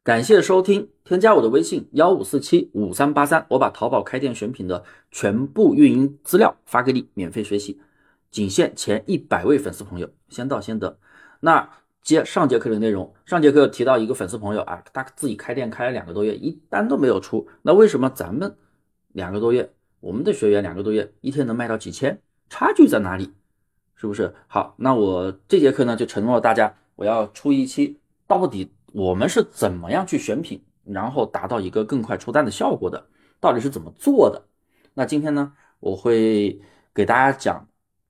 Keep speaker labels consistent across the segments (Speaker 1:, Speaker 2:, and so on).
Speaker 1: 感谢收听，添加我的微信15475383，我把淘宝开店选品的全部运营资料发给你，免费学习，仅限前100位粉丝朋友，先到先得。那接上节课的内容，上节课提到一个粉丝朋友啊，他自己开店开了2个多月，一单都没有出，那为什么咱们2个多月，我们的学员2个多月一天能卖到几千，差距在哪里？是不是？好，那我这节课呢就承诺大家，我要出一期到底我们是怎么样去选品，然后达到一个更快出单的效果的，到底是怎么做的。那今天呢，我会给大家讲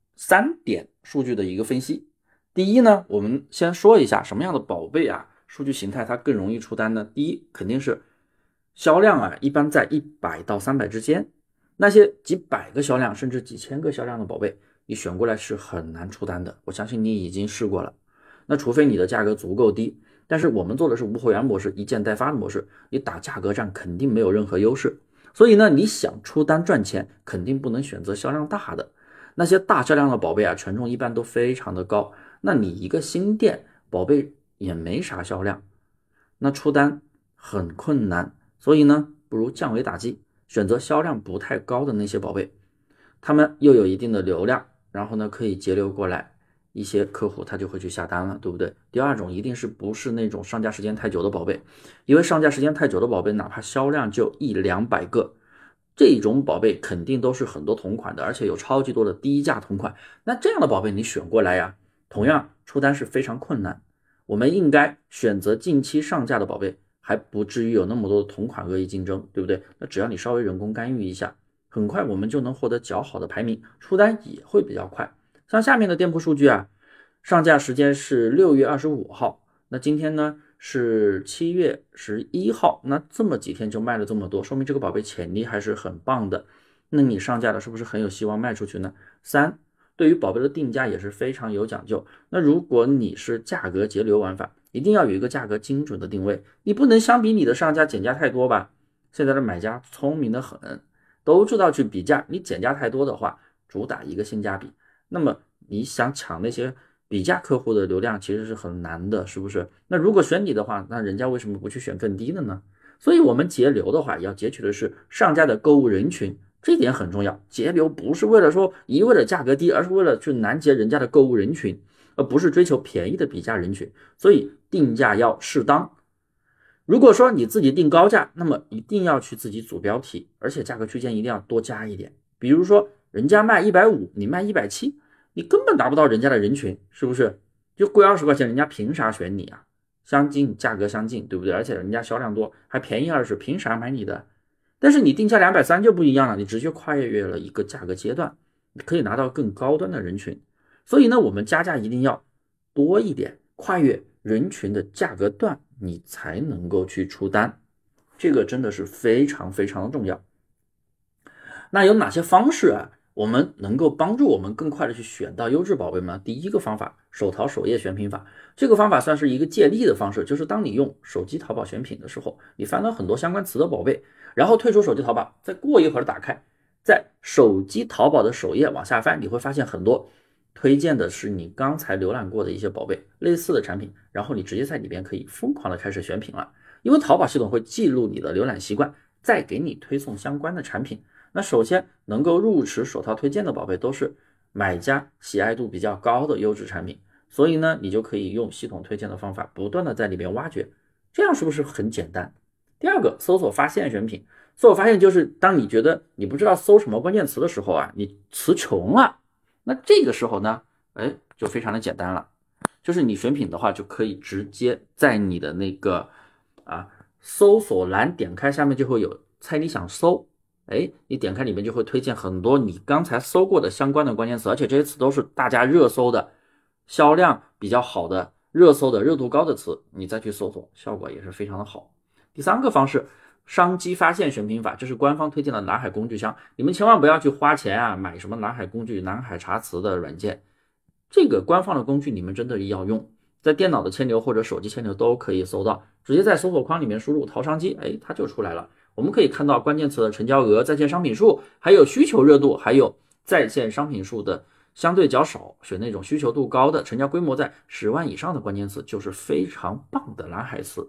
Speaker 1: 3点数据的一个分析。第一呢，我们先说一下什么样的宝贝啊，数据形态它更容易出单呢？第一，肯定是销量啊，一般在100到300之间，那些几百个销量甚至几千个销量的宝贝，你选过来是很难出单的，我相信你已经试过了。那除非你的价格足够低，但是我们做的是无货源模式，一件代发的模式，你打价格战肯定没有任何优势。所以呢，你想出单赚钱，肯定不能选择销量大的。那些大销量的宝贝啊，权重一般都非常的高，那你一个新店宝贝也没啥销量，那出单很困难。所以呢，不如降维打击，选择销量不太高的那些宝贝，他们又有一定的流量，然后呢可以节流过来，一些客户他就会去下单了，对不对？第二种一定是不是那种上架时间太久的宝贝，因为上架时间太久的宝贝，哪怕销量就100-200个，这种宝贝肯定都是很多同款的，而且有超级多的低价同款，那这样的宝贝你选过来呀，同样出单是非常困难。我们应该选择近期上架的宝贝，还不至于有那么多的同款恶意竞争，对不对？那只要你稍微人工干预一下，很快我们就能获得较好的排名，出单也会比较快。像下面的店铺数据啊，上架时间是6月25号，那今天呢是7月11号，那这么几天就卖了这么多，说明这个宝贝潜力还是很棒的。那你上架了是不是很有希望卖出去呢？3，对于宝贝的定价也是非常有讲究。那如果你是价格节流玩法，一定要有一个价格精准的定位，你不能相比你的上家减价太多吧？现在的买家聪明的很，都知道去比价，你减价太多的话，主打一个性价比，那么你想抢那些比价客户的流量其实是很难的，是不是？那如果选你的话，那人家为什么不去选更低的呢？所以我们节流的话，要截取的是上家的购物人群，这点很重要。节流不是为了说一味的价格低，而是为了去拦截人家的购物人群，而不是追求便宜的比价人群。所以定价要适当。如果说你自己定高价，那么一定要去自己组标题，而且价格区间一定要多加一点。比如说人家卖150，你卖170，你根本达不到人家的人群，是不是？就贵20块钱，人家凭啥选你啊？相近，价格相近，对不对？而且人家销量多，还便宜20，凭啥买你的？但是你定价230就不一样了，你直接跨越了一个价格阶段，你可以拿到更高端的人群。所以呢，我们加价一定要多一点，跨越人群的价格段，你才能够去出单，这个真的是非常非常的重要。那有哪些方式啊，我们能够帮助我们更快的去选到优质宝贝吗？第一个方法，手淘首页选品法。这个方法算是一个借力的方式，就是当你用手机淘宝选品的时候，你翻到很多相关词的宝贝，然后退出手机淘宝，再过一会儿打开，在手机淘宝的首页往下翻，你会发现很多推荐的是你刚才浏览过的一些宝贝类似的产品，然后你直接在里边可以疯狂的开始选品了，因为淘宝系统会记录你的浏览习惯，再给你推送相关的产品。那首先能够入池手淘推荐的宝贝都是买家喜爱度比较高的优质产品，所以呢，你就可以用系统推荐的方法不断的在里边挖掘，这样是不是很简单？第二个，搜索发现选品。搜索发现就是当你觉得你不知道搜什么关键词的时候啊，你词穷了，那这个时候呢，就非常的简单了，就是你选品的话就可以直接在你的那个搜索栏点开，下面就会有猜你想搜，你点开里面就会推荐很多你刚才搜过的相关的关键词，而且这些词都是大家热搜的，销量比较好的，热搜的热度高的词，你再去搜索，效果也是非常的好。第三个方式，商机发现选品法，这是官方推荐的蓝海工具箱，你们千万不要去花钱啊买什么蓝海工具、蓝海查词的软件，这个官方的工具你们真的要用，在电脑的千牛或者手机千牛都可以搜到，直接在搜索框里面输入淘商机，它就出来了。我们可以看到关键词的成交额、在线商品数，还有需求热度，还有在线商品数的相对较少，选那种需求度高的、成交规模在10万以上的关键词，就是非常棒的蓝海词。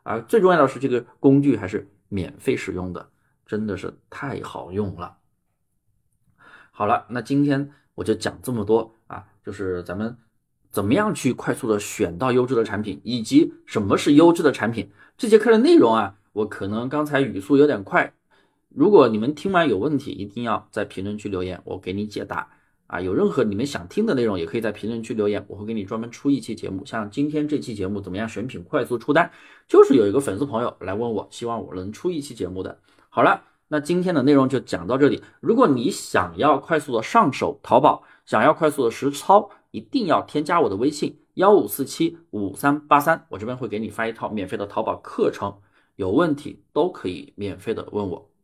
Speaker 1: 最重要的是这个工具还是免费使用的，真的是太好用了。好了，那今天我就讲这么多就是咱们怎么样去快速的选到优质的产品，以及什么是优质的产品。这节课的内容我可能刚才语速有点快，如果你们听完有问题，一定要在评论区留言，我给你解答有任何你们想听的内容，也可以在评论区留言，我会给你专门出一期节目。像今天这期节目怎么样选品快速出单，就是有一个粉丝朋友来问我，希望我能出一期节目的。好了，那今天的内容就讲到这里。如果你想要快速的上手淘宝，想要快速的实操，一定要添加我的微信15475383，我这边会给你发一套免费的淘宝课程，有问题都可以免费的问我。